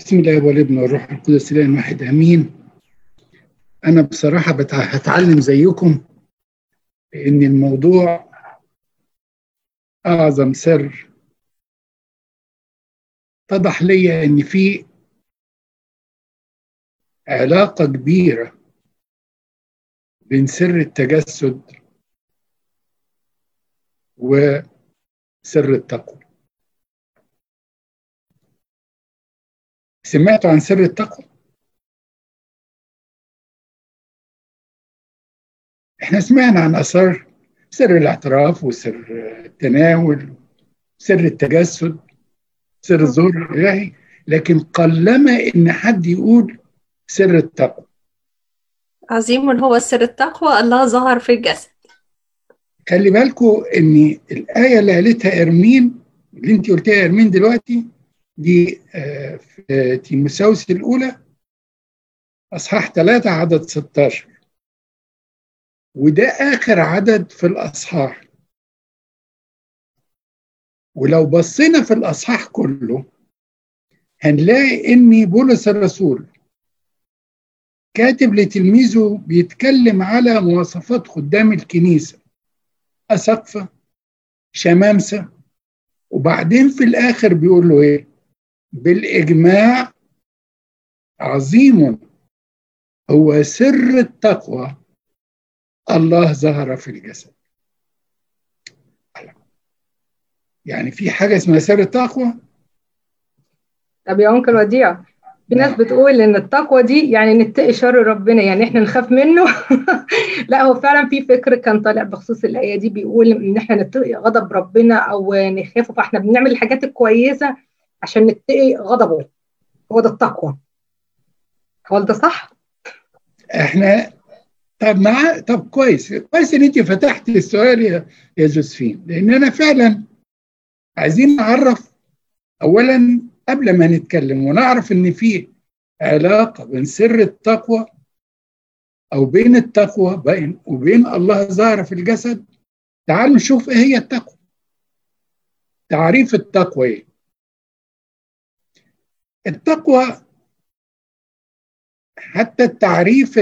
بسم الله والابن والروح القدس الان واحد امين. انا بصراحه هتعلم زيكم، لان الموضوع اعظم سر اتضح لي ان في علاقه كبيره بين سر التجسد وسر التقوى. سمعتوا عن سر التقوى؟ احنا سمعنا عن اثار سر الاعتراف وسر التناول، سر التجسد، سر الظهور الالهي، لكن قلما ان حد يقول سر التقوى. عظيم هو سر التقوى، الله ظهر في الجسد. خلي بالكم ان الايه اللي قالتها ارمين، اللي انت قلتيها ارمين دلوقتي، دي في تيموثاوس الاولى اصحاح 3 عدد 16، وده اخر عدد في الاصحاح. ولو بصينا في الاصحاح كله هنلاقي ان بولس الرسول كاتب لتلميذه بيتكلم على مواصفات خدام الكنيسه: اساقفه، شمامسه، وبعدين في الاخر بيقول له ايه؟ بالاجماع عظيم هو سر التقوى، الله ظهر في الجسد. يعني في حاجة اسمها سر التقوى. طب يا أنكل وديع، في ناس بتقول إن التقوى دي يعني نتقي شر ربنا، يعني إحنا نخاف منه. لا، هو فعلا في فكر كان طالع بخصوص الآية دي بيقول إن إحنا نتقي غضب ربنا أو نخافه، فإحنا بنعمل الحاجات الكويسة عشان نتقي غضبه. هو ده التقوى. هو ده صح؟ احنا طب كويس ان انت فتحت السؤال يا جوزفين، لان انا فعلا عايزين نعرف اولا قبل ما نتكلم ونعرف ان في علاقة بين سر التقوى او بين التقوى وبين الله ظاهر في الجسد. تعالوا نشوف ايه هي التقوى. تعريف التقوى ايه؟ التقوى حتى التعريف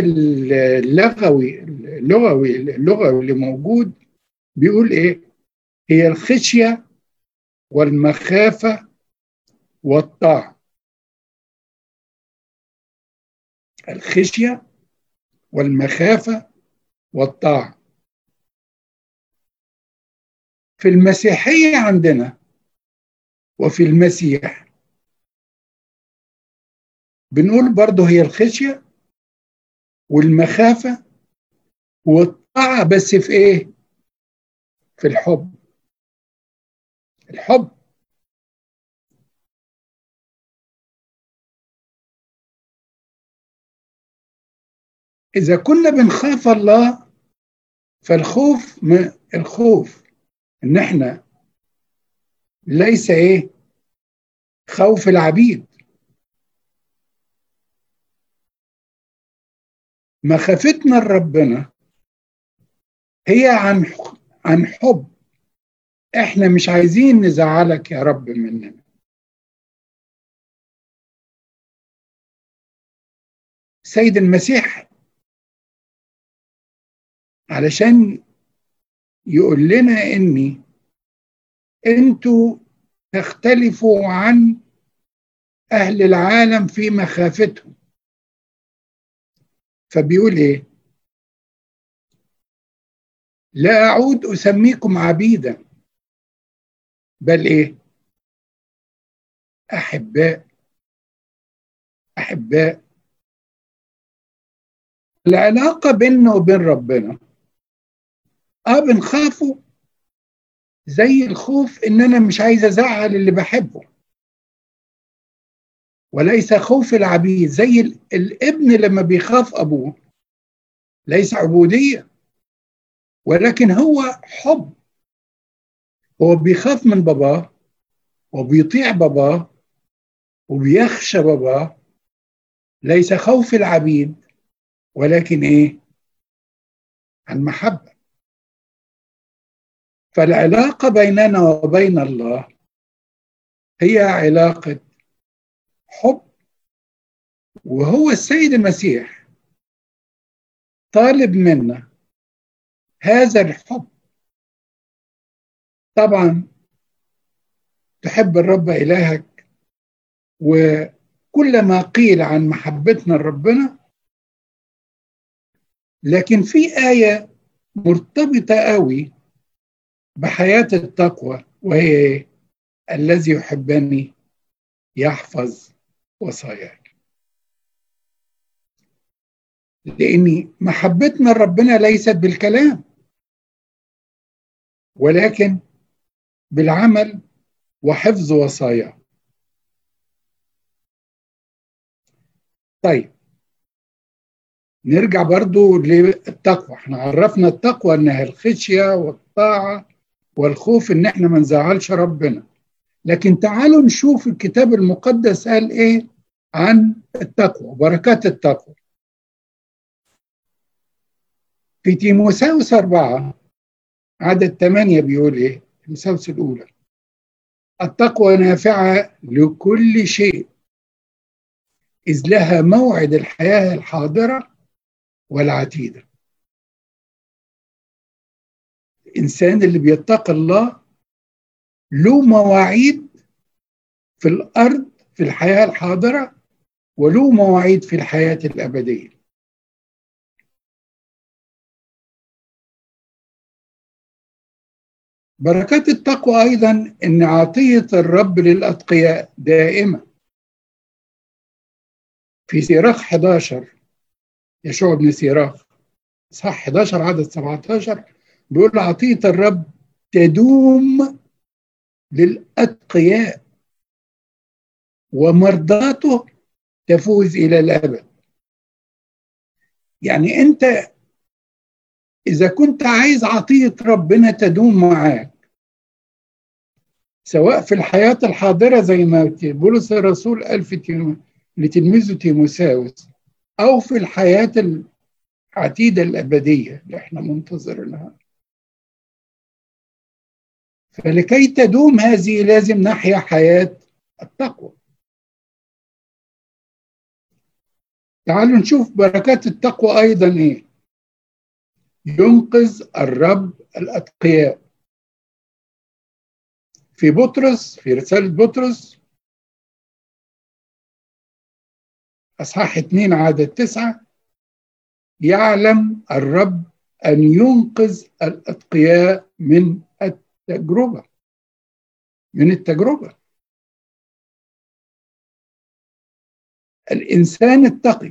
اللغوي اللي موجود بيقول ايه؟ هي الخشية والمخافة والطاعة. الخشية والمخافة والطاعة. في المسيحية عندنا وفي المسيح بنقول برضه هي الخشية والمخافة والطاعة، بس في ايه؟ في الحب. الحب. إذا كنا بنخاف الله فالخوف الخوف إن إحنا ليس إيه؟ خوف العبيد. مخافتنا لربنا هي عن حب. إحنا مش عايزين نزعلك يا رب مننا. سيد المسيح علشان يقول لنا إني أنتوا تختلفوا عن أهل العالم في مخافتهم، فبيقول إيه؟ لا أعود أسميكم عبيدا بل إيه؟ أحباء. أحباء. العلاقة بيننا وبين ربنا بنخافه زي الخوف إن أنا مش عايز أزعل اللي بحبه، وليس خوف العبيد زي الابن لما بيخاف أبوه. ليس عبودية ولكن هو حب. هو بيخاف من باباه وبيطيع باباه وبيخشى باباه. ليس خوف العبيد ولكن إيه؟ المحبة. فالعلاقة بيننا وبين الله هي علاقة حب وهو السيد المسيح طالب منا هذا الحب. طبعا تحب الرب إلهك، وكل ما قيل عن محبتنا لربنا، لكن في آية مرتبطة قوي بحياة التقوى، وهي الذي يحبني يحفظ وصاياي. لأن محبتنا لربنا ليست بالكلام، ولكن بالعمل وحفظ وصاياه. طيب نرجع برضو للتقوى. احنا عرفنا التقوى انها الخشية والطاعة والخوف، ان احنا ما نزعلش ربنا. لكن تعالوا نشوف الكتاب المقدس قال ايه عن التقوى وبركات التقوى. في تيموثاوس 4 عدد 8 بيقول ايه؟ تيموثاوس الأولى: التقوى نافعة لكل شيء، إذ لها موعد الحياة الحاضرة والعتيدة. الإنسان اللي بيتقي الله له مواعيد في الأرض في الحياة الحاضرة، وله مواعيد في الحياة الأبدية. بركات التقوى أيضا إن عطية الرب للأتقياء دائمة. في سيراخ 11، يشوع بن سيراخ صح 11 عدد 17 بيقول: عطية الرب تدوم للأتقياء، ومرضاته تفوز إلى الأبد. يعني أنت إذا كنت عايز عطية ربنا تدوم معاك، سواء في الحياة الحاضرة زي ما بولس الرسول قال لتلميذه تيموثاوس، أو في الحياة العتيدة الأبدية اللي احنا منتظرينها، فلكي تدوم هذه لازم نحيا حياة التقوى. تعالوا نشوف بركات التقوى أيضا إيه. ينقذ الرب الأتقياء. في بطرس، في رسالة بطرس أصحاح 2 عدد 9: يعلم الرب أن ينقذ الأتقياء من التجربة. الإنسان التقي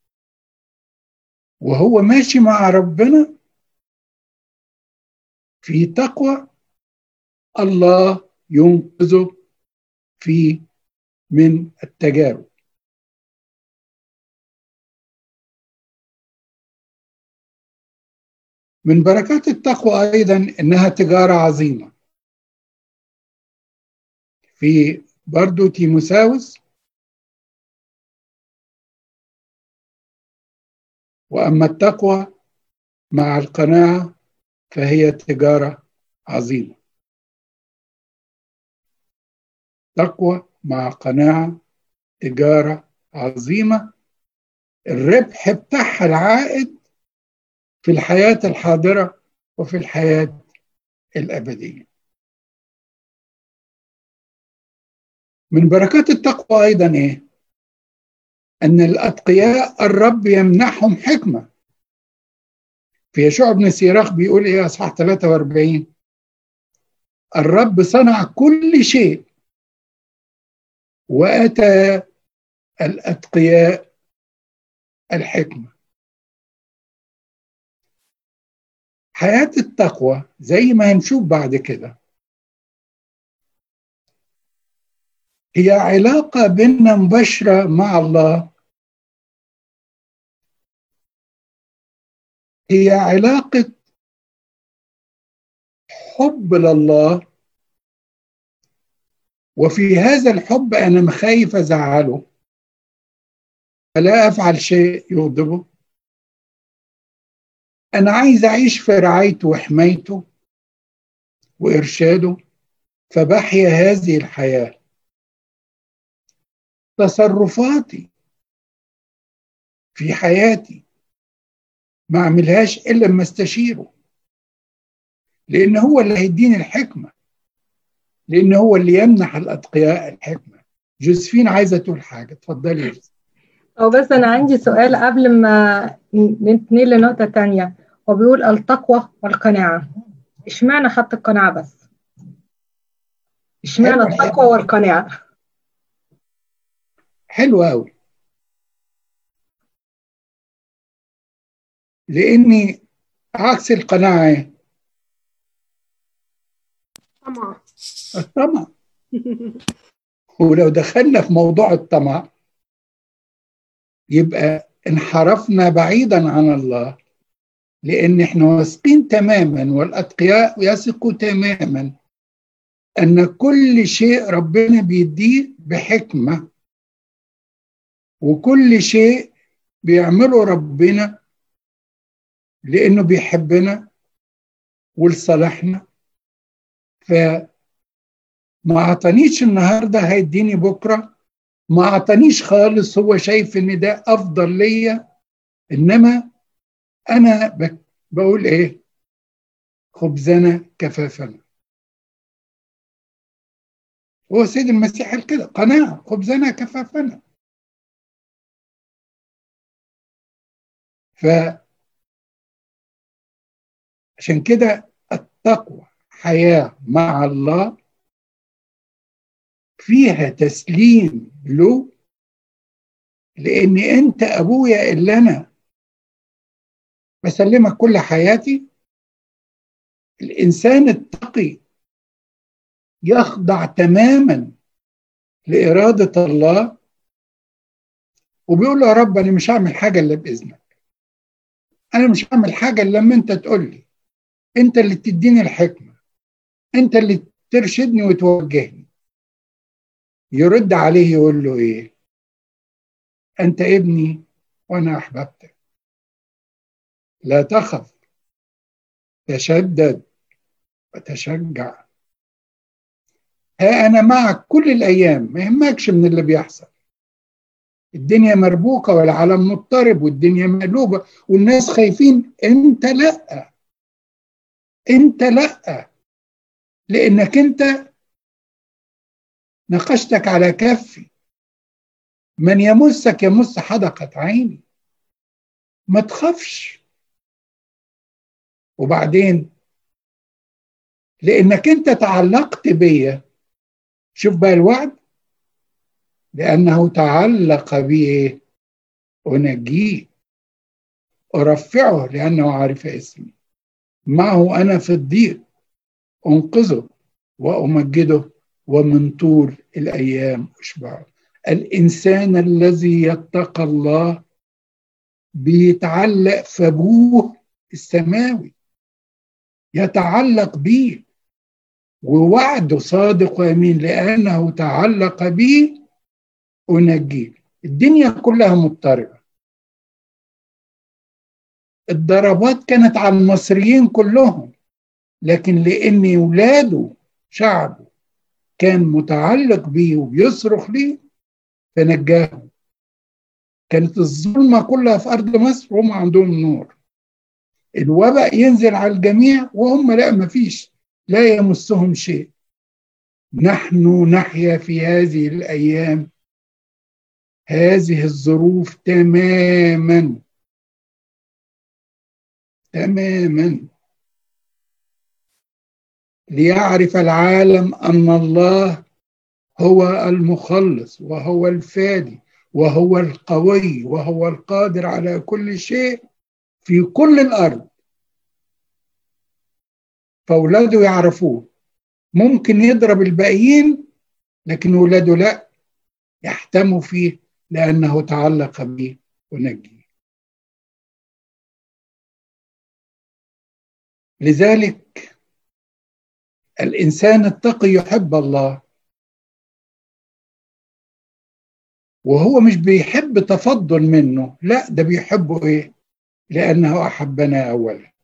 وهو ماشي مع ربنا في تقوى، الله ينقذه من التجارب. من بركات التقوى أيضا إنها تجارة عظيمة. في برضو تيموثاوس: وأما التقوى مع القناعة فهي تجارة عظيمة. تقوى مع قناعة تجارة عظيمة، الربح بتاعها العائد في الحياة الحاضرة وفي الحياة الأبدية. من بركات التقوى أيضا إيه؟ أن الأتقياء الرب يمنحهم حكمة. في يشوع بن سيراخ بيقول إيه أصحاح 43: الرب صنع كل شيء وأتى الأتقياء الحكمة. حياة التقوى زي ما هنشوف بعد كده هي علاقة بيننا مباشرة مع الله، هي علاقة حب لله، وفي هذا الحب أنا مخايف أزعله فلا أفعل شيء يغضبه. أنا عايز أعيش في رعايته وحمايته وإرشاده، فبحيا هذه الحياة. تصرفاتي في حياتي ما أعملهاش إلا لما استشيره، لأن هو اللي هيديني الحكمة، لأن هو اللي يمنح الأتقياء الحكمة. جوزفين عايزة تقول حاجة، اتفضلي. أو بس أنا عندي سؤال قبل ما ننتقل لنقطة تانية. هو بيقول التقوى والقناعة، اشمعنى حط القناعة بس؟ اشمعنى التقوى والقناعة؟ حلو قوي، لأني عكس القناعة طمع. الطمع. ولو دخلنا في موضوع الطمع يبقى انحرفنا بعيدا عن الله، لأن احنا واثقين تماما والأتقياء يثقوا تماما أن كل شيء ربنا بيديه بحكمة، وكل شيء بيعمله ربنا لأنه بيحبنا ولصالحنا. فما أعطانيش النهاردة هيديني بكرة، ما أعطانيش خالص هو شايف إن ده أفضل ليا، إنما أنا بقول إيه؟ خبزنا كفافنا. هو سيد المسيح قال كده، قناعة، خبزنا كفافنا. فعشان كده التقوى حياة مع الله فيها تسليم له، لأن أنت أبويا اللي أنا بسلمك كل حياتي. الإنسان التقي يخضع تماما لإرادة الله، وبيقول له يا رب أنا مش هعمل حاجة إلا بإذنك، أنا مش هعمل حاجة إلا لما أنت تقول لي، أنت اللي تديني الحكمة، أنت اللي ترشدني وتوجهني. يرد عليه يقول له إيه؟ أنت ابني وأنا أحببتك، لا تخف، تشدد وتشجع، ها أنا معك كل الأيام. ما يهمكش من اللي بيحصل، الدنيا مربوكة والعالم مضطرب والدنيا مقلوبة والناس خايفين، أنت لأ، أنت لأ، لأنك أنت نقشتك على كفي، من يمسك يمس حدقة عيني، ما تخافش. وبعدين لأنك أنت تعلقت بيا، شوف بقى الوعد، لأنه تعلق بي أنجيه، أرفعه لأنه عارف اسمي، معه أنا في الضيق أنقذه وأمجده، ومن طول الأيام أشبعه. الإنسان الذي يتقى الله بيتعلق في أبوه السماوي، يتعلق بيه، ووعده صادق وأمين، لأنه تعلق بيه أنجيه. الدنيا كلها مضطربة، الضربات كانت على المصريين كلهم، لكن لأن ولاده شعبه كان متعلق بيه وبيصرخ ليه فنجاهم. كانت الظلمة كلها في أرض مصر وهم عندهم نور، الوباء ينزل على الجميع وهم لا، ما فيش، لا يمسهم شيء. نحن نحيا في هذه الأيام هذه الظروف تماما تماما، ليعرف العالم أن الله هو المخلص وهو الفادي وهو القوي وهو القادر على كل شيء في كل الأرض. فأولاده يعرفوه، ممكن يضرب الباقيين لكن أولاده لا، يحتموا فيه لأنه تعلق به ونجيه. لذلك الإنسان التقي يحب الله، وهو مش بيحب تفضل منه، لا، ده بيحبه إيه؟ لأنه أحبنا أولا.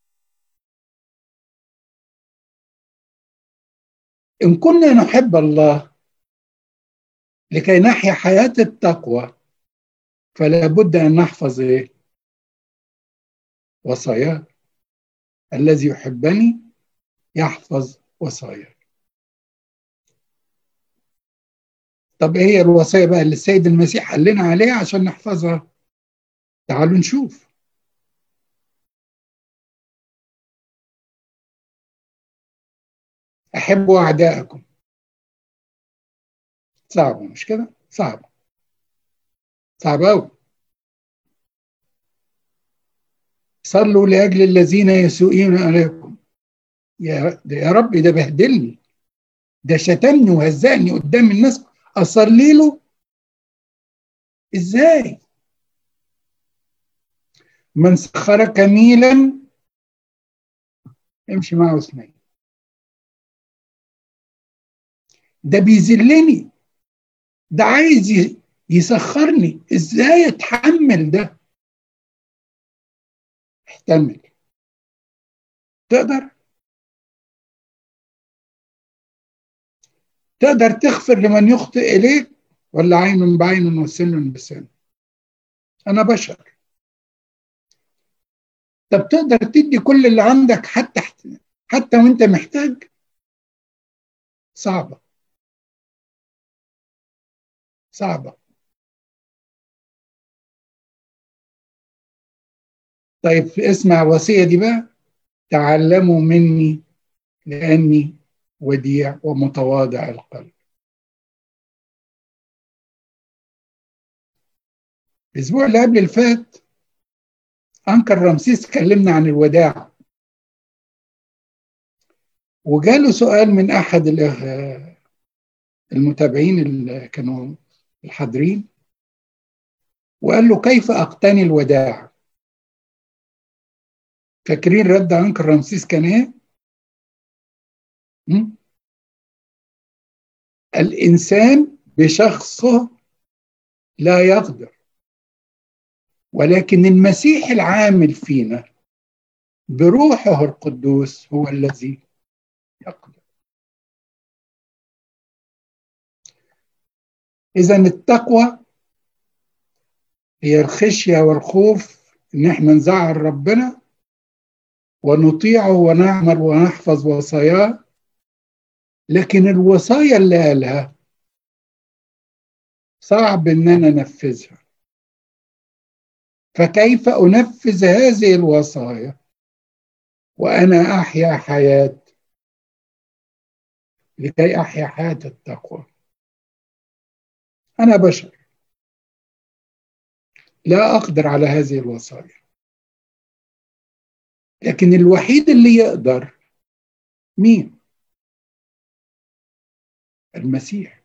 إن كنا نحب الله لكي نحيا حياة التقوى فلا بد أن نحفظ إيه؟ وصاياه. الذي يحبني يحفظ وصاياه. طب إيه هي الوصايا بقى اللي السيد المسيح قال لنا عليها عشان نحفظها؟ تعالوا نشوف. أحبوا أعداءكم. صعبة مش كده؟ صعبة، صعبة أوي. صلوا لأجل الذين يسوءون عليكم. يا رب، ده بهدلني، ده شتمني وهزقني قدام الناس، أصلي له إزاي؟ من سخرك ميلا امشي معه اثنين. ده بيذلني، ده عايز يسخرني، ازاي اتحمل ده؟ احتمل. تقدر تغفر لمن يخطئ اليك، ولا عين بعين وسن بسن؟ انا بشر. طب تقدر تدي كل اللي عندك حتى وانت محتاج؟ صعبة، صعبة. طيب اسمع الوصية دي بقى: تعلموا مني لأني وديع ومتواضع القلب. الأسبوع اللي قبل الفات أنكر رمسيس كلمنا عن الوداع، وجاله سؤال من أحد المتابعين اللي كانوا الحاضرين، وقال له: كيف أقتني الوداع؟ فاكرين رد أنكر رمسيس كان إيه؟ الإنسان بشخصه لا يقدر، ولكن المسيح العامل فينا بروحه القدوس هو الذي يقدر. إذن التقوى هي الخشية والخوف إن احنا نزعل ربنا ونطيعه ونعمل ونحفظ وصاياه، لكن الوصايا اللي قالها صعب إن أنا أنفذها. فكيف أنفذ هذه الوصايا وأنا أحيا حياة، لكي أحيا حياة التقوى؟ أنا بشر، لا أقدر على هذه الوصايا، لكن الوحيد اللي يقدر مين؟ المسيح.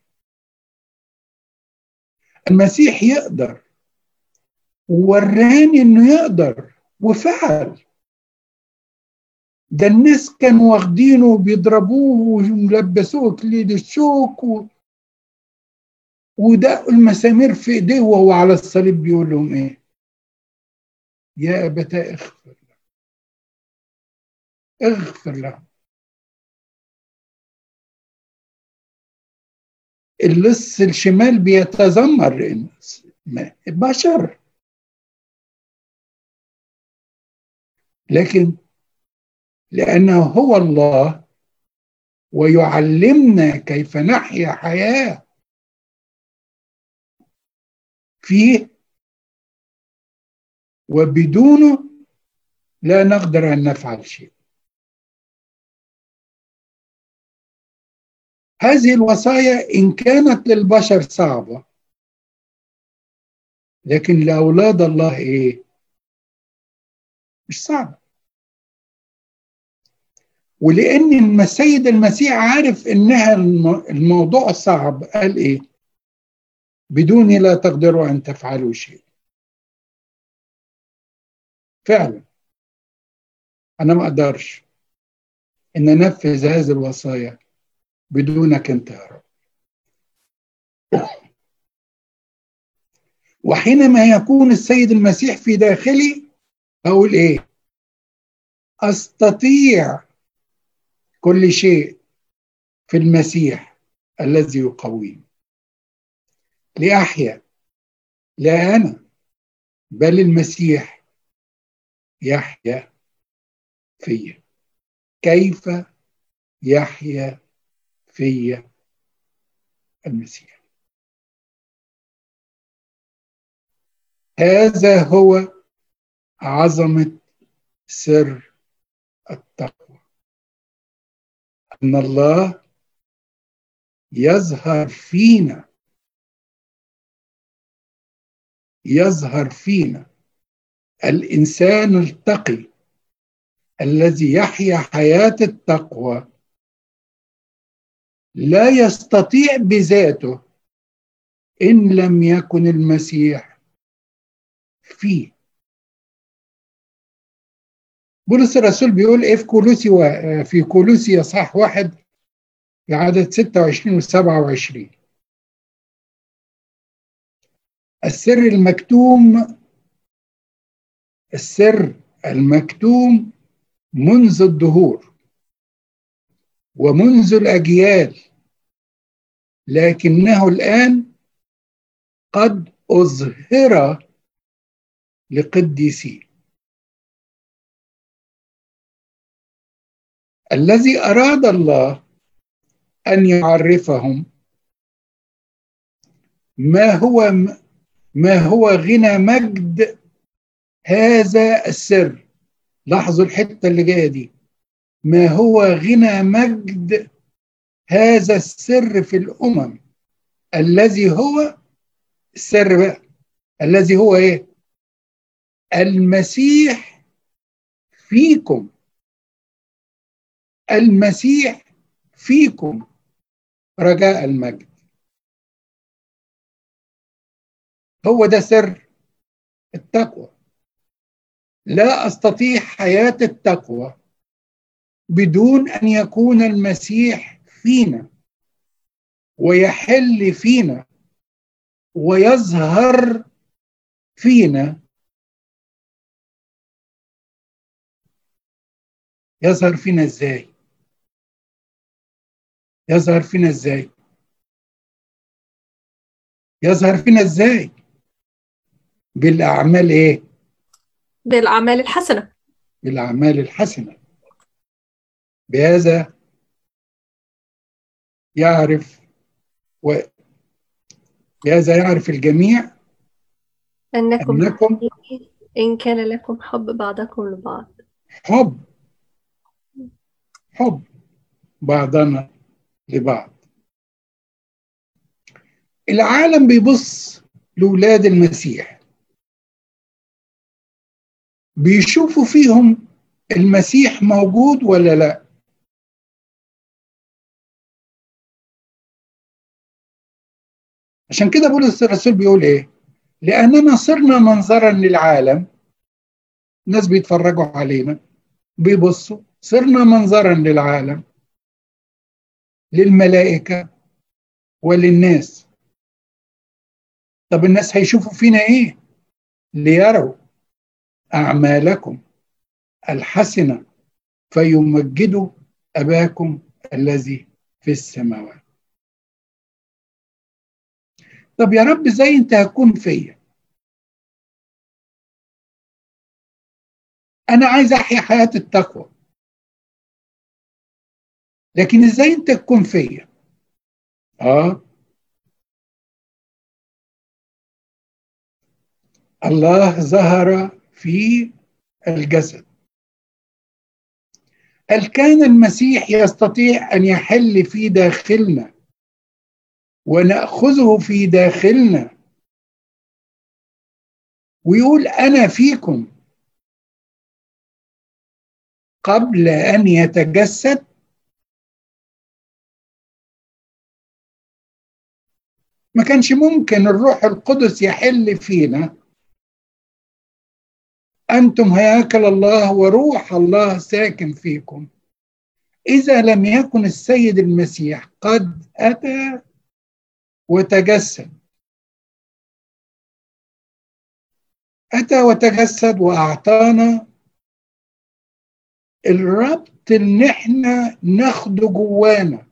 المسيح يقدر، ووراني إنه يقدر وفعل. ده الناس كانوا واخدينه وبيضربوه وملبسوه اكليل الشوك ودقوا المسامير في ايديه وهو على الصليب بيقول لهم ايه؟ يا ابتاه اغفر له، اغفر له. اللص الشمال بيتذمر، بشر، لكن لأنه هو الله ويعلمنا كيف نحيا حياة فيه، وبدونه لا نقدر أن نفعل شيء. هذه الوصايا إن كانت للبشر صعبة، لكن لأولاد الله إيه؟ مش صعبة. ولأن السيد المسيح عارف إنها الموضوع صعب، قال إيه؟ بدوني لا تقدروا أن تفعلوا شيء. فعلا أنا ما أقدرش إن أنفذ هذه الوصايا بدونك أنت يا رب. وحينما يكون السيد المسيح في داخلي أقول إيه؟ أستطيع كل شيء في المسيح الذي يقويني لأحيا، لا أنا بل المسيح يحيا فيا. كيف يحيا فيا المسيح؟ هذا هو عظمة سر التقوى، أن الله يظهر فينا، يظهر فينا الإنسان التقي الذي يحيا حياة التقوى، لا يستطيع بذاته إن لم يكن المسيح فيه. بولس الرسول بيقول إيه في كولوسي إصحاح 1 في عدد 26 و 27: السر المكتوم منذ الدهور ومنذ الأجيال، لكنه الآن قد أظهر لقديسيه، الذي أراد الله أن يعرفهم ما هو غنى مجد هذا السر. لاحظوا الحتة اللي جاية دي: ما هو غنى مجد هذا السر في الأمم، الذي هو السر بقى، الذي هو إيه؟ المسيح فيكم. المسيح فيكم رجاء المجد. هو ده سر التقوى. لا أستطيع حياة التقوى بدون أن يكون المسيح فينا ويحل فينا ويظهر فينا. يظهر فينا إزاي؟ يظهر فينا إزاي؟ يظهر فينا إزاي؟ بالأعمال إيه؟ بالأعمال الحسنة. بالأعمال الحسنة. بهذا يعرف بهذا يعرف الجميع أنكم أنكم إن كان لكم حب بعضكم لبعض. حب بعضنا لبعض. العالم بيبص لولاد المسيح، بيشوفوا فيهم المسيح موجود ولا لا. عشان كده بولس الرسول بيقول ايه: لأننا صرنا منظرا للعالم. الناس بيتفرجوا علينا، بيبصوا، صرنا منظرا للعالم، للملائكة وللناس. طب الناس هيشوفوا فينا ايه؟ ليروا أعمالكم الحسنة فيمجدوا أباكم الذي في السماوات. طب يا رب ازاي انت هتكون فيا؟ انا عايز احيا حياة التقوى، لكن ازاي انت تكون فيا؟ الله ظهر في الجسد. هل كان المسيح يستطيع ان يحل في داخلنا ونأخذه في داخلنا ويقول انا فيكم قبل ان يتجسد؟ ما كانش ممكن الروح القدس يحل فينا. أنتم هياكل الله وروح الله ساكن فيكم، إذا لم يكن السيد المسيح قد أتى وتجسد. أتى وتجسد وأعطانا الربط اللي احنا ناخده جوانا،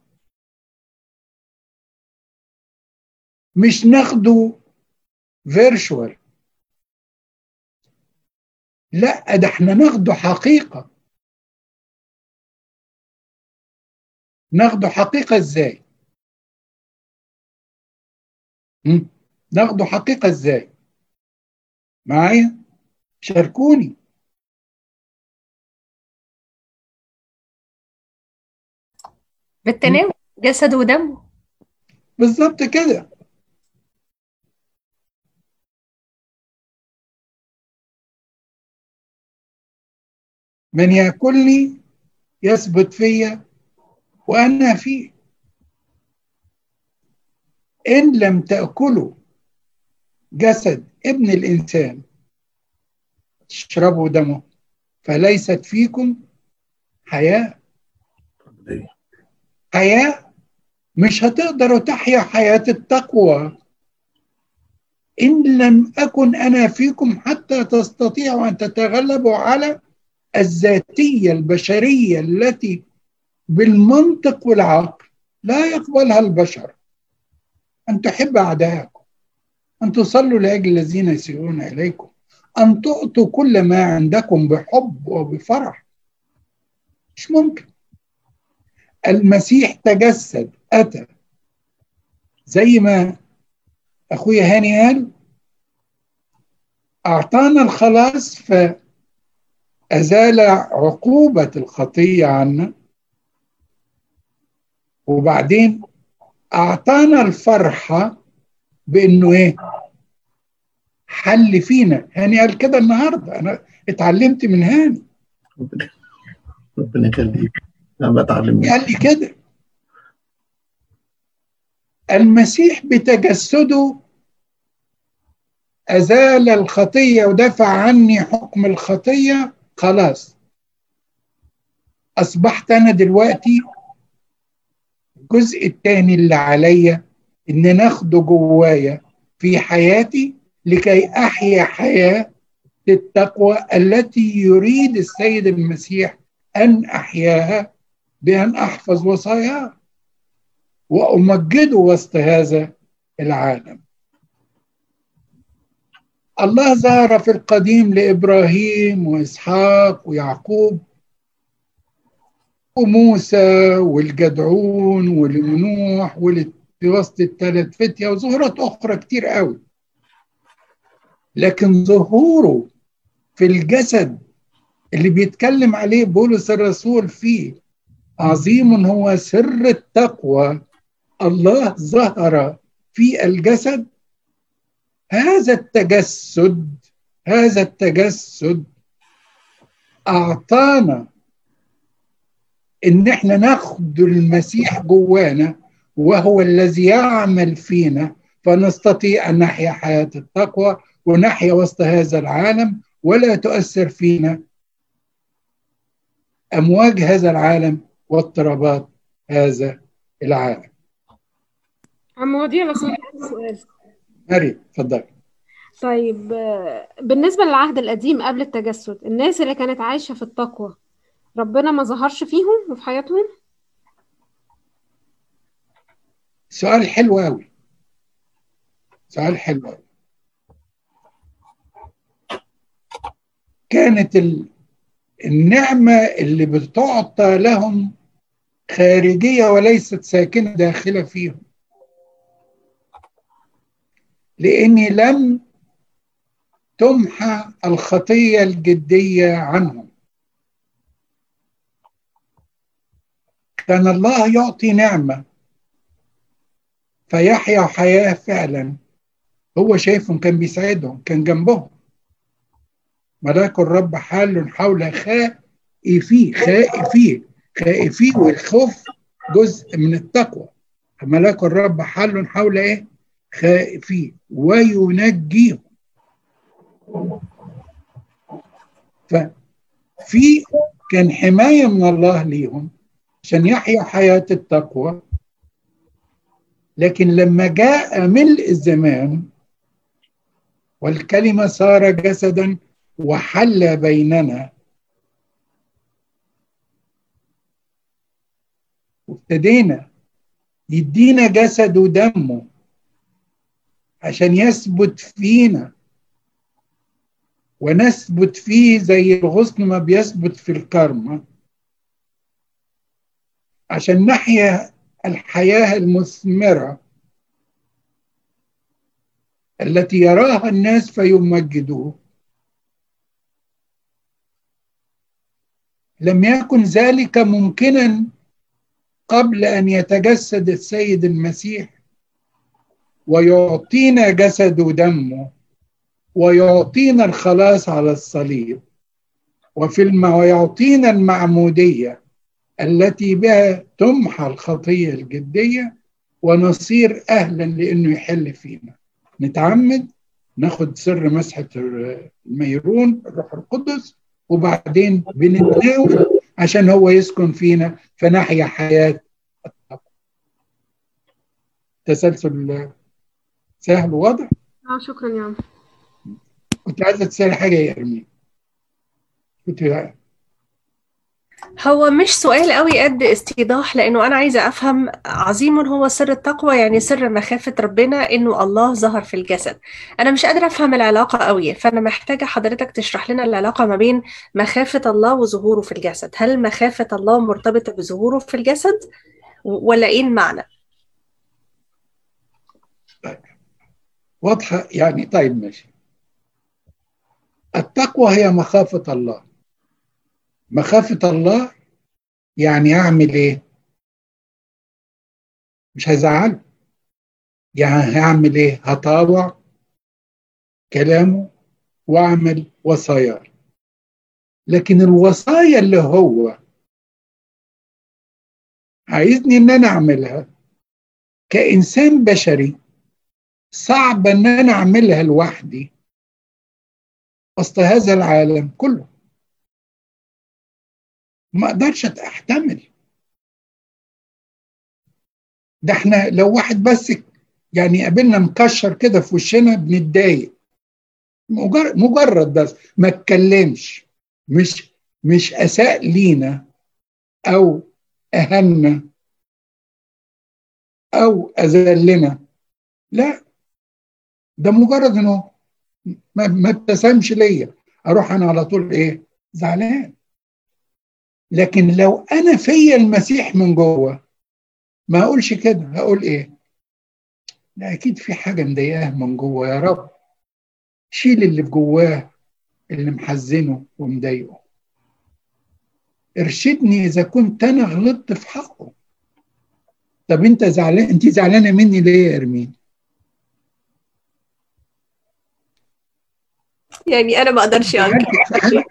مش ناخده فيرشوال، لا، ده احنا ناخده حقيقة. ناخده حقيقة ازاي؟ ناخده حقيقة ازاي؟ معايا؟ شاركوني. بالتناول جسد ودمه. بالظبط كده. من يأكلني يثبت فيا وأنا فيه. إن لم تأكلوا جسد ابن الإنسان تشربوا دمه فليست فيكم حياة. حياة مش هتقدروا تحيا حياة التقوى إن لم أكن أنا فيكم حتى تستطيعوا أن تتغلبوا على الذاتية البشرية التي بالمنطق والعقل لا يقبلها البشر. أن تحب أعدائكم، أن تصلوا لأجل الذين يسيئون إليكم، أن تعطوا كل ما عندكم بحب وبفرح. مش ممكن. المسيح تجسد، أتى زي ما أخويا هاني قال، أعطانا الخلاص فأزال عقوبة الخطية عنا، وبعدين أعطانا الفرحة بأنه إيه؟ حل فينا. هاني قال كده النهاردة، أنا اتعلمت من هاني. ربنا يخليك، أنا بتعلم قال لي كده. المسيح بتجسده أزال الخطية ودفع عني حكم الخطية. خلاص أصبحت أنا دلوقتي الجزء الثاني اللي عليا إن ناخده جوايا في حياتي لكي أحيا حياة التقوى التي يريد السيد المسيح أن أحياها بأن أحفظ وصاياه وأمجده وسط هذا العالم. الله ظهر في القديم لإبراهيم وإسحاق ويعقوب وموسى والجدعون ولنوح في وسط الثلاث فتية وظهورات أخرى كتير قوي. لكن ظهوره في الجسد اللي بيتكلم عليه بولس الرسول فيه عظيم هو سر التقوى، الله ظهر في الجسد. هذا التجسد أعطانا إن احنا ناخد المسيح جوانا وهو الذي يعمل فينا فنستطيع أن نحيا حياة التقوى ونحيا وسط هذا العالم ولا تؤثر فينا أمواج هذا العالم واضطرابات هذا العالم. عم وديع، لو سمحت عندي سؤال. مريم اتفضل. طيب، بالنسبة للعهد القديم قبل التجسد، الناس اللي كانت عايشة في التقوى ربنا ما ظهرش فيهم وفي حياتهم؟ سؤال حلو قوي. سؤال حلو قوي. كانت النعمة اللي بتعطى لهم خارجية وليست ساكنة داخلة فيهم، لأني لم تمحى الخطية الجدية عنهم. كان الله يعطي نعمة فيحيا حياة فعلا هو شايفهم، كان بيساعدهم، كان جنبهم. ملاك الرب حال حول خائفيه والخوف جزء من التقوى. ملاك الرب حال حول ايه؟ خائفيه وينجيهم. ففي كان حماية من الله ليهم عشان يحيا حياة التقوى. لكن لما جاء ملء الزمان والكلمة صار جسدا وحل بيننا وابتدينا يدينا جسد ودمه عشان يثبت فينا ونثبت فيه زي الغصن ما بيثبت في الكرمة، عشان نحيا الحياة المثمرة التي يراها الناس فيمجدوه. لم يكن ذلك ممكنا قبل أن يتجسد السيد المسيح ويعطينا جسد ودمه ويعطينا الخلاص على الصليب ويعطينا المعمودية التي بها تمحى الخطية الجدية ونصير أهلا لأنه يحل فينا. نتعمد، ناخد سر مسحة الميرون الروح القدس، وبعدين بنتناول عشان هو يسكن فينا فنحيا حياة التقوى. تسلسل سهل وواضح. شكرا يا عم. كنت عايزة تسأل حاجة يا إرمين؟ هو مش سؤال قوي قد استيضاح، لأنه أنا عايزة أفهم عظيم هو سر التقوى، يعني سر مخافة ربنا إنه الله ظهر في الجسد. أنا مش قادرة أفهم العلاقة قوي، فأنا محتاجة حضرتك تشرح لنا العلاقة ما بين مخافة الله وظهوره في الجسد. هل مخافة الله مرتبطة بظهوره في الجسد ولا إيه المعنى؟ طيب واضحة يعني. طيب ماشي. التقوى هي مخافة الله. مخافة الله يعني أعمل إيه؟ مش هزعله. يعني هعمل إيه؟ هطاوع كلامه وأعمل وصاياه. لكن الوصايا اللي هو عايزني إن أنا أعملها كإنسان بشري صعب إن أنا أعملها لوحدي وسط هذا العالم كله. ما أقدرش أحتمل. ده احنا لو واحد بس يعني قابلنا مكشر كده في وشنا بنتضايق، مجرد بس ما اتكلمش، مش اساء لينا او اهنا او اذلنا، لا، ده مجرد انه ما ابتسمش ليا اروح انا على طول ايه؟ زعلان. لكن لو انا فيا المسيح من جوه ما اقولش كده. هقول ايه؟ لا، اكيد في حاجه مضايقاه من جوه. يا رب شيل اللي في جواه اللي محزنه ومضايقه. ارشدني اذا كنت انا غلطت في حقه. طب انت زعلان، انت زعلانه مني ليه يا ارمين؟ يعني أنا ما أقدرش أنكر. في حاجه.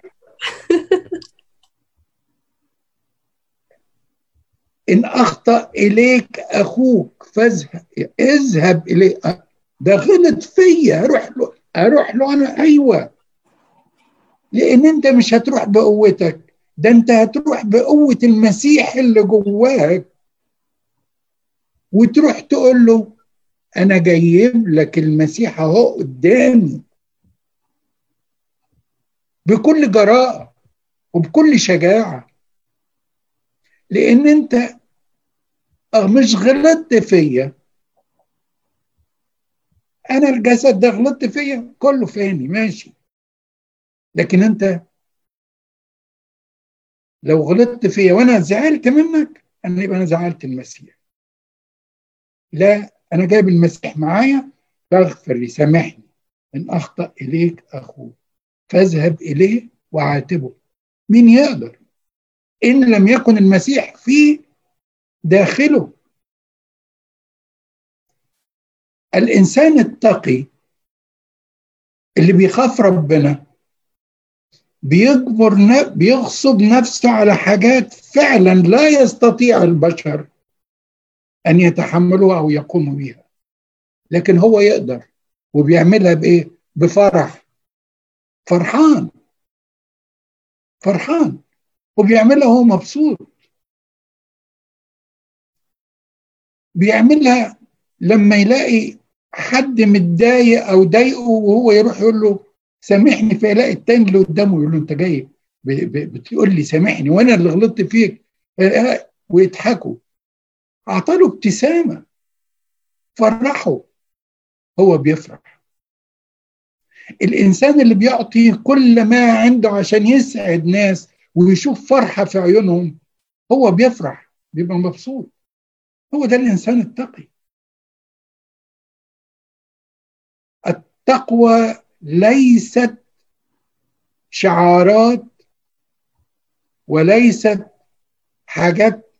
ان اخطا اليك اخوك اذهب اليه. ده غلط فيا، اروح له انا. ايوه، لان انت مش هتروح بقوتك، ده انت هتروح بقوه المسيح اللي جواك وتروح تقول له انا جايب لك المسيح اهو قدامي بكل جراءه وبكل شجاعه. لان انت مش غلطت فيا، انا الجسد ده غلطت فيا كله فاني ماشي. لكن انت لو غلطت فيا وانا زعلت منك، يبقى انا زعلت المسيح. لا، انا جايب المسيح معايا، فاغفر لي، سامحني ان اخطا اليك اخوك فاذهب اليه وعاتبه. مين يقدر ان لم يكن المسيح في داخله؟ الانسان التقي اللي بيخاف ربنا بيغصب نفسه على حاجات فعلا لا يستطيع البشر ان يتحملوها او يقوموا بها، لكن هو يقدر وبيعملها بايه؟ بفرح. فرحان وبيعملها وهو مبسوط. بيعملها لما يلاقي حد متضايق او ضايقه وهو يروح يقول له سامحني، فيلاقي التاني اللي قدامه يقول له انت جاي بتقول لي سامحني وانا اللي غلطت فيك، ويضحكوا. اعطاله ابتسامه، فرحه، هو بيفرح. الإنسان اللي بيعطي كل ما عنده عشان يسعد ناس ويشوف فرحة في عيونهم، هو بيفرح، بيبقى مبسوط. هو ده الإنسان التقي. التقوى ليست شعارات وليست حاجات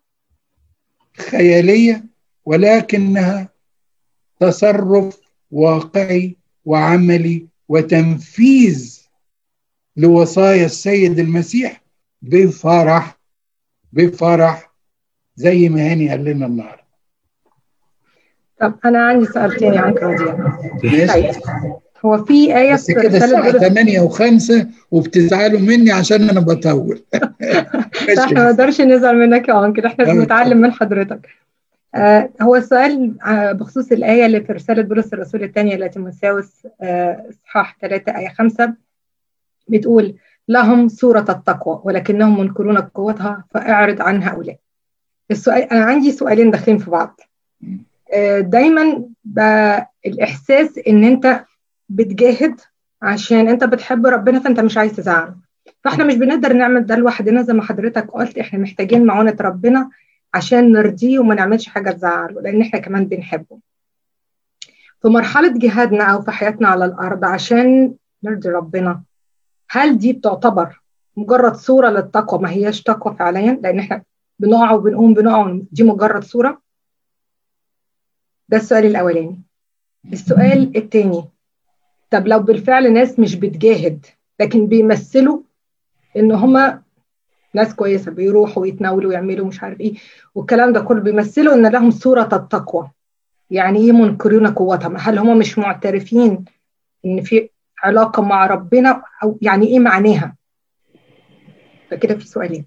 خيالية، ولكنها تصرف واقعي وعملي وتنفيذ لوصايا السيد المسيح بفرح، بفرح زي ما هاني قال لنا النهارده. طب أنا عندي سؤال تاني عنك رضيع. ماشي. طيب هو في آية بس في كده رسالة الساعة 8:05 وبتزعلوا مني عشان أنا بطول. لا احنا ما نقدرش نزعل منك يا عنكل، احنا بنتعلم من حضرتك. هو السؤال بخصوص الآية اللي في رسالة بولس الرسول الثانية لتيموثاوس إصحاح 3 آية 5 بتقول: لهم صورة التقوى ولكنهم منكرون قوتها فاعرض عن هؤلاء. السؤال، أنا عندي سؤالين داخلين في بعض. دايما الإحساس إن أنت بتجاهد عشان أنت بتحب ربنا فأنت مش عايز تزعله، فإحنا مش بنقدر نعمل ده لوحدنا زي ما حضرتك قلت، إحنا محتاجين معونة ربنا عشان نرضيه وما نعملش حاجة تزعله، لأن إحنا كمان بنحبه. في مرحلة جهادنا أو في حياتنا على الأرض عشان نرضي ربنا، هل دي بتعتبر مجرد صورة للتقوى ما هياش تقوى فعليا؟ لأن إحنا بنقع وبنقوم بنقع، دي مجرد صورة. ده السؤال الأولاني. السؤال الثاني، طب لو بالفعل ناس مش بتجاهد لكن بيمثلوا إن هما ناس كويسة، بيروحوا ويتناولوا ويعملوا مش عارف إيه والكلام ده كله، بيمثلوا إن لهم صورة التقوى، يعني إيه منكرون قوتهم؟ هل هما مش معترفين إن في علاقة مع ربنا، أو يعني إيه معناها؟ فكده في سؤالين.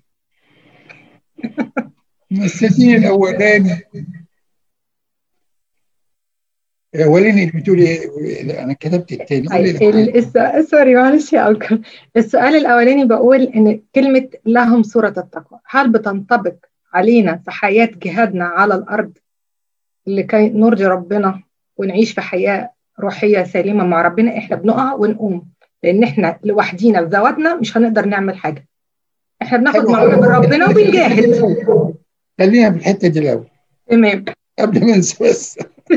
السؤال الأولاني اللي بتقولي إيه؟ أنا كتبت التاني. سوري معلش يا أنكل. السؤال الأولاني بقول إن كلمة لهم صورة التقوى هل بتنطبق علينا في حياة جهادنا على الأرض لكي نرضي ربنا ونعيش في حياة روحية سليمة مع ربنا؟ إحنا بنقع ونقوم، لأن إحنا لوحدينا بذواتنا مش هنقدر نعمل حاجة، إحنا بناخد معونة من ربنا وبنجاهد. خلينا في الحتة دي الأول تمام قبل ما انسى. بس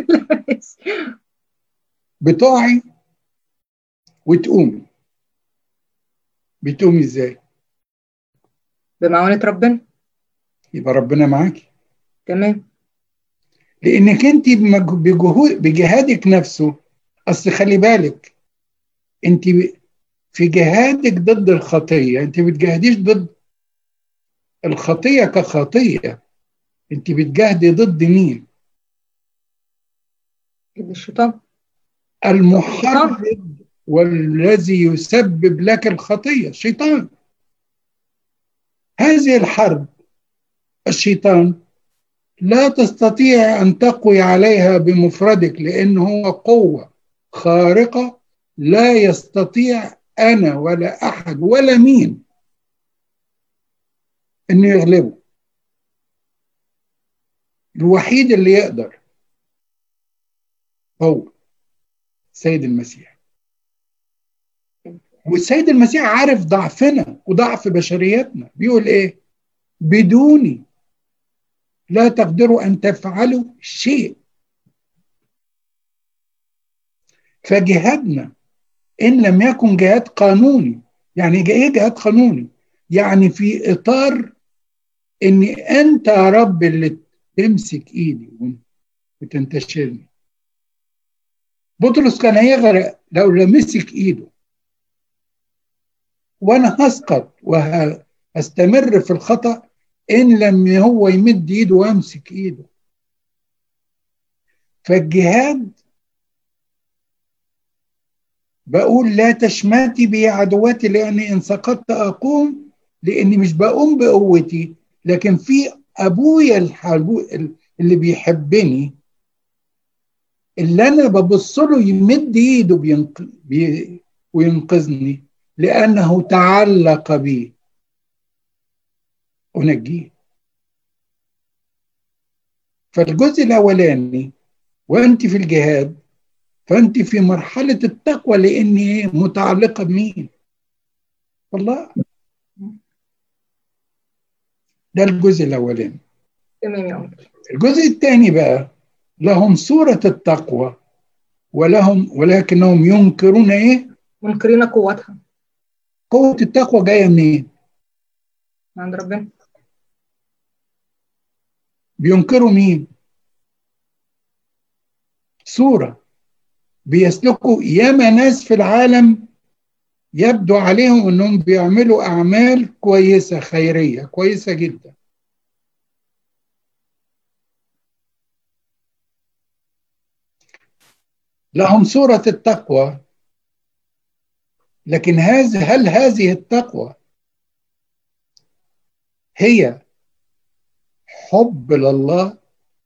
بتقعي وتقومي، بتقومي ازاي؟ بمعونة ربنا. يبقى ربنا معاكي. تمام. لانك انت بجهادك نفسه. اصل خلي بالك، انت في جهادك ضد الخطيه، انت بتجاهديش ضد الخطيه كخطيه، انت بتجاهدي ضد مين؟ الشيطان. المحرض والذي يسبب لك الخطيه الشيطان. هذه الحرب الشيطان لا تستطيع أن تقوي عليها بمفردك، لأنه هو قوة خارقة لا يستطيع أنا ولا أحد ولا مين أنه يغلبه. الوحيد اللي يقدر هو السيد المسيح، والسيد المسيح عارف ضعفنا وضعف بشريتنا. بيقول إيه؟ بدوني لا تقدروا أن تفعلوا شيء. فجهادنا إن لم يكن جهاد قانوني، يعني إيه جهاد قانوني؟ يعني في إطار إن أنت يا رب اللي تمسك إيدي وتنتشرني. بطرس كان هيغرق لو لمسك إيده، وأنا هسقط وهستمر في الخطأ إن لم هو يمد إيده وأمسك إيده. فالجهاد بقول لا تشماتي بي عدواتي، لأني إن سقطت أقوم، لأني مش بقوم بقوتي، لكن في أبويا اللي بيحبني، اللي أنا ببص له يمد إيده وينقذني، لأنه تعلق بي ونجيه. فالجزء الأولاني وأنت في الجهاد فأنت في مرحلة التقوى لأني متعلقة بمين؟ والله. ده الجزء الأولاني. تمام يا أنكل. الجزء الثاني بقى، لهم صورة التقوى ولكنهم ينكرون إيه؟ منكرين قوتها. قوة التقوى جاية منين؟ عند ربنا. بينكروا مين؟ صورة بيسلكوا. ياما ناس في العالم يبدو عليهم انهم بيعملوا اعمال كويسة خيرية كويسة جدا، لهم صورة التقوى، لكن هل هذه التقوى هي حب لله؟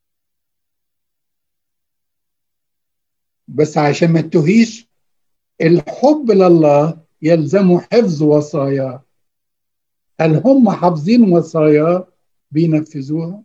بس عشان ما تتوهيش، الحب لله يلزم حفظ وصاياه. هل هم حافظين وصاياه بينفذوها؟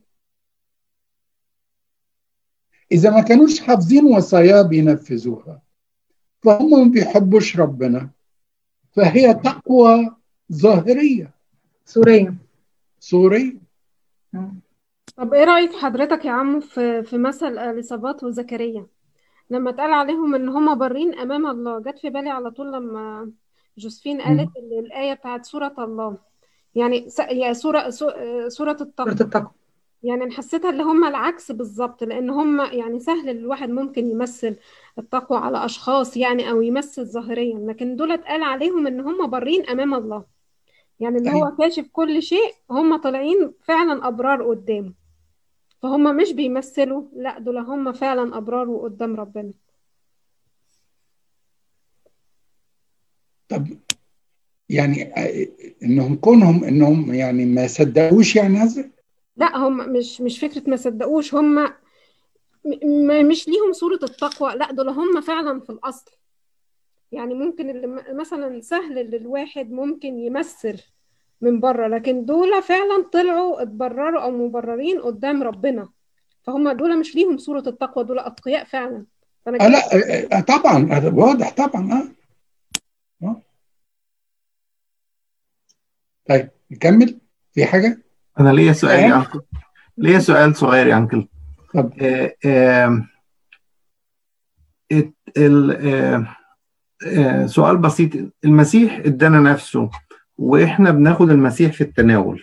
إذا ما كانوش حافظين وصاياه بينفذوها فهم ما بيحبوش ربنا، فهي تقوى ظاهرية سوريا. صورية. طب ايه رأيك حضرتك يا عم في مثل اليصابات وزكريا لما اتقال عليهم ان هم بارين امام الله؟ جت في بالي على طول لما جوزفين قالت الآية بتاعت سورة الله، يعني يا سورة التقوى. سورة التقوى. يعني أنا حسيتها اللي هم العكس بالظبط، لان هم يعني سهل الواحد ممكن يمثل التقوى على اشخاص يعني، او يمثل ظاهريا، لكن دول اتقال عليهم ان هم بارين امام الله، يعني اللي هو كاشف كل شيء، هم طالعين فعلا ابرار قدامه، فهم مش بيمثلوا، لا دول هم فعلا ابرار وقدام ربنا. طب يعني انهم يعني ما صدقوش يعني هذا؟ لا هم مش فكرة ما صدقوش، هم مش ليهم صورة التقوى، لا دول هم فعلا في الأصل. يعني ممكن اللي مثلا سهل اللي الواحد ممكن يمثل من بره، لكن دول فعلا طلعوا اتبرروا أو مبررين قدام ربنا، فهم دول مش ليهم صورة التقوى، دول أتقياء فعلا. فأنا لا طبعا هذا واضح طبعا. طيب نكمل في حاجة. انا ليا سؤال يا انكل، ليا سؤال صغير يا انكل. سؤال بسيط. المسيح ادانا نفسه واحنا بناخد المسيح في التناول،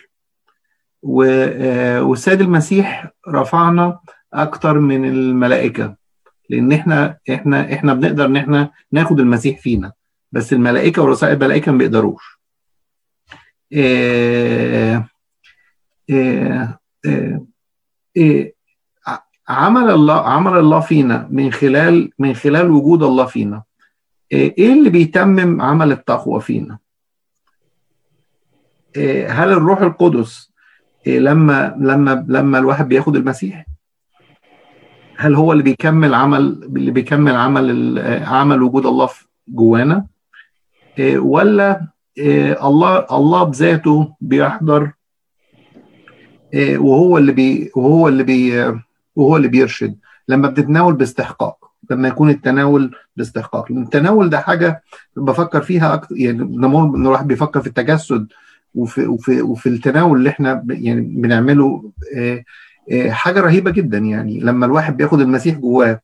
والسيد المسيح رفعنا اكتر من الملائكة، لان احنا بنقدر ان احنا ناخد المسيح فينا، بس الملائكة ورؤساء الملائكة ما بيقدروش. عمل الله فينا من خلال وجود الله فينا. ايه اللي بيتمم عمل التقوى فينا؟ هل الروح القدس لما الواحد بياخد المسيح، هل هو اللي بيكمل عمل وجود الله جوانا، ولا الله بذاته بيحضر وهو اللي بيرشد لما بتتناول باستحقاق، لما يكون التناول باستحقاق؟ التناول ده حاجه بفكر فيها اكتر، يعني لما الواحد بيفكر في التجسد وفي التناول اللي احنا يعني بنعمله، حاجه رهيبه جدا. يعني لما الواحد بياخد المسيح جواه،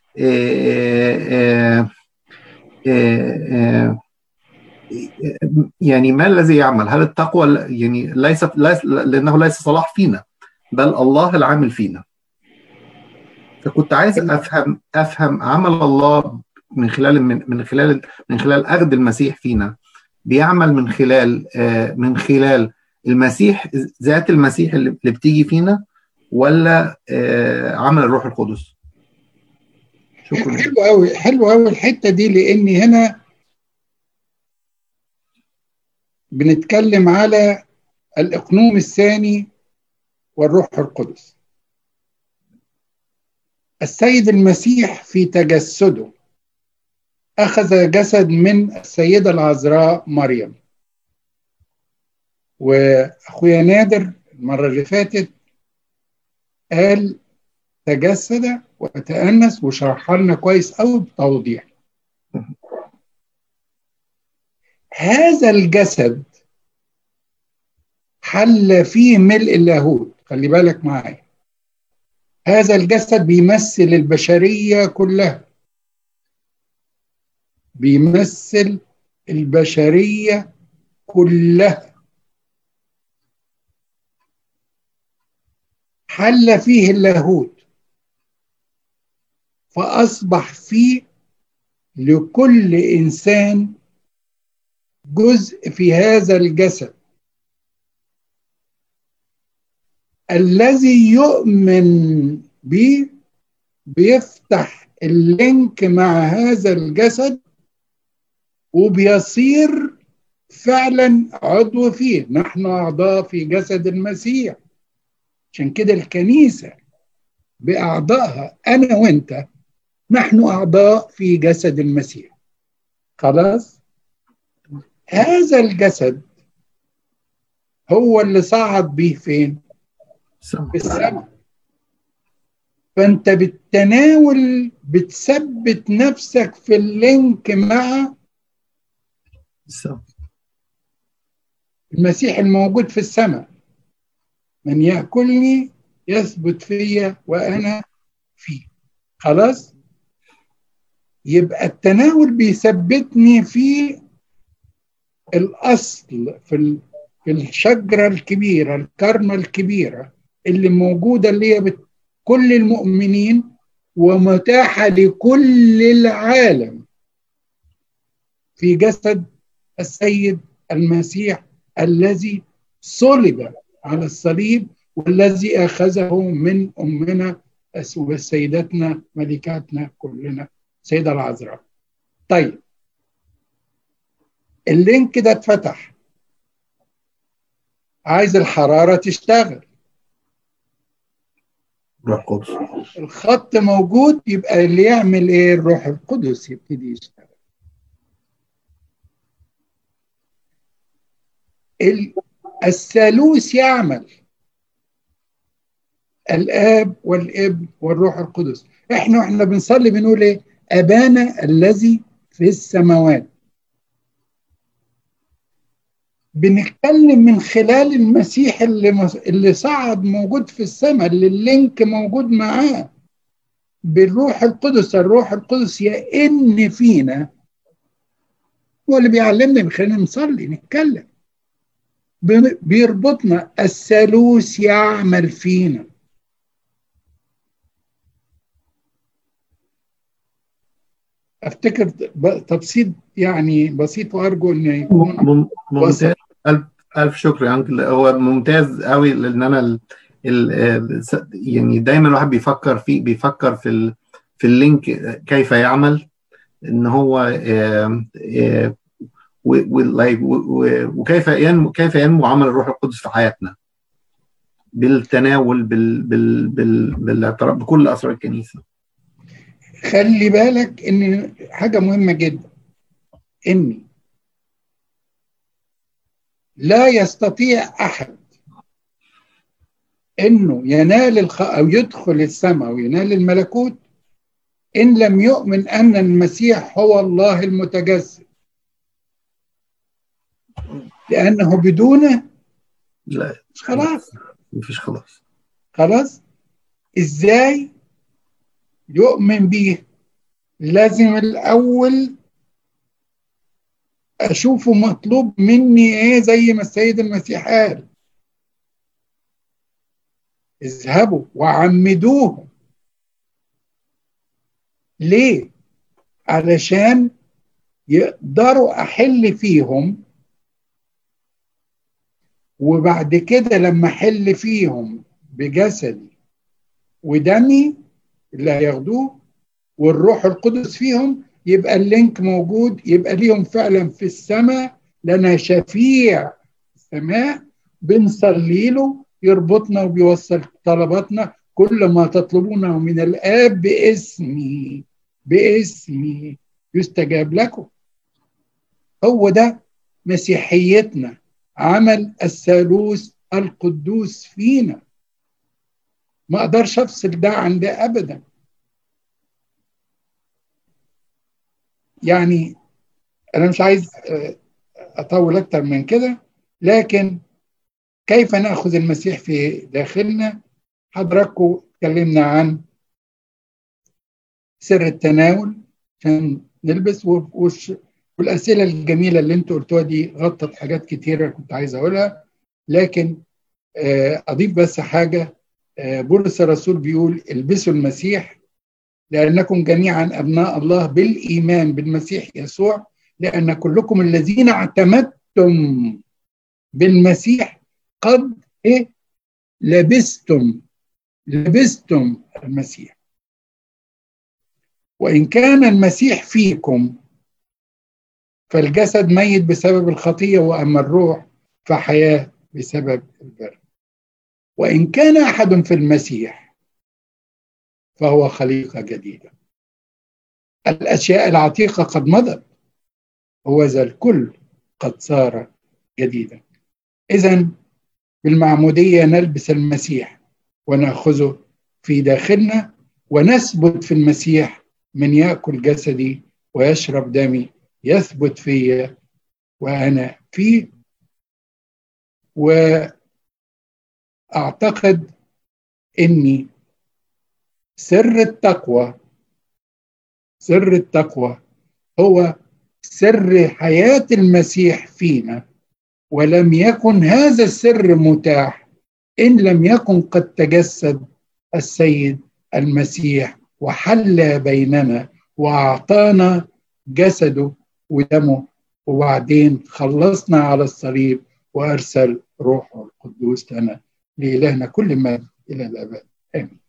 يعني ما الذي يعمل؟ هل التقوى يعني ليس لانه ليس صلاح فينا، بل الله العامل فينا. فكنت عايز افهم عمل الله من خلال اخذ المسيح فينا، بيعمل من خلال المسيح، ذات المسيح اللي بتيجي فينا، ولا عمل الروح القدس؟ شكرا. حلو قوي الحته دي، لان هنا بنتكلم على الإقنوم الثاني والروح القدس. السيد المسيح في تجسده أخذ جسد من السيدة العذراء مريم، وأخويا نادر المرة اللي فاتت قال تجسد وتأنس وشرحها لنا كويس أوي بتوضيح. هذا الجسد حل فيه ملء اللاهوت، خلي بالك معايا. هذا الجسد بيمثل البشرية كلها، بيمثل البشرية كلها. حل فيه اللاهوت، فأصبح فيه لكل إنسان جزء في هذا الجسد. الذي يؤمن به بيفتح اللينك مع هذا الجسد وبيصير فعلا عضو فيه. نحن أعضاء في جسد المسيح، عشان كده الكنيسة بأعضائها أنا وإنت نحن أعضاء في جسد المسيح. خلاص؟ هذا الجسد هو اللي صعد به فين؟ في السماء. فأنت بالتناول بتثبت نفسك في اللينك مع المسيح الموجود في السماء. من يأكلني يثبت فيا وأنا فيه. خلاص؟ يبقى التناول بيثبتني في الأصل، في الشجرة الكبيرة، الكرمة الكبيرة اللي موجودة، اللي هي كل المؤمنين ومتاحة لكل العالم في جسد السيد المسيح الذي صلب على الصليب، والذي أخذه من أمنا وسيدتنا ملكاتنا كلنا سيدة العذراء. طيب اللينك ده اتفتح، عايز الحرارة تشتغل، روح القدس، الخط موجود، يبقى اللي يعمل ايه؟ الروح القدس يبتدي يشتغل. الثالوث يعمل، الآب والابن والروح القدس. احنا بنصلي بنقول ايه؟ أبانا الذي في السماوات. بنتكلم من خلال المسيح اللي صعد موجود في السماء، اللي اللينك موجود معاه بالروح القدس. الروح القدس يئن فينا، هو اللي بيعلمنا، بيخلينا نصلي نتكلم، بيربطنا. الثالوث يعمل فينا. افتكر تبسيط يعني بسيط، وارجو ان يكون ممتاز. الف شكر يا انكل، هو ممتاز قوي. لان انا يعني دايما الواحد بيفكر في اللينك كيف يعمل، ان هو وكيف ينمو عمل الروح القدس في حياتنا بالتناول، بالاعتراف بكل اسرار الكنيسه. خلي بالك ان حاجه مهمه جدا، ان لا يستطيع احد انه ينال او يدخل السماء وينال الملكوت ان لم يؤمن ان المسيح هو الله المتجسد، لانه بدونه لا مش خلاص. مفيش خلاص. خلاص ازاي يؤمن بيه؟ لازم الاول اشوفه مطلوب مني ايه، زي ما السيد المسيح قال اذهبوا وعمدوهم. ليه؟ علشان يقدروا احل فيهم، وبعد كده لما احل فيهم بجسدي ودمي اللي هياخدوه والروح القدس فيهم، يبقى اللينك موجود، يبقى ليهم فعلا في السماء لنا شفيع السماء بنصلي له يربطنا وبيوصل طلباتنا. كل ما تطلبونه من الآب باسمي يستجاب لكم. هو ده مسيحيتنا، عمل الثالوث القدوس فينا. ما اقدرش افصل ده عن ده ابدا. يعني أنا مش عايز أطول أكتر من كده، لكن كيف نأخذ المسيح في داخلنا؟ حضراتكم اتكلمنا عن سر التناول عشان نلبس، والأسئلة الجميلة اللي انتوا قلتوها دي غطت حاجات كتيرة كنت عايز أقولها. لكن أضيف بس حاجة. بولس الرسول بيقول البسوا المسيح لأنكم جميعا أبناء الله بالإيمان بالمسيح يسوع، لأن كلكم الذين اعتمدتم بالمسيح قد لبستم المسيح. وإن كان المسيح فيكم فالجسد ميت بسبب الخطية، وأما الروح فحياة بسبب البر. وإن كان أحد في المسيح فهو خليقة جديدة، الأشياء العتيقة قد مضت وذا الكل قد صار جديدا. إذن بالمعمودية نلبس المسيح ونأخذه في داخلنا ونثبت في المسيح. من يأكل جسدي ويشرب دمي يثبت فيه وأنا فيه. وأعتقد إني سر التقوى هو سر حياة المسيح فينا، ولم يكن هذا السر متاح إن لم يكن قد تجسد السيد المسيح وحل بيننا وأعطانا جسده ودمه، وبعدين خلصنا على الصليب وأرسل روحه القدوس لنا. لإلهنا كل ما إلى الأبد، آمين.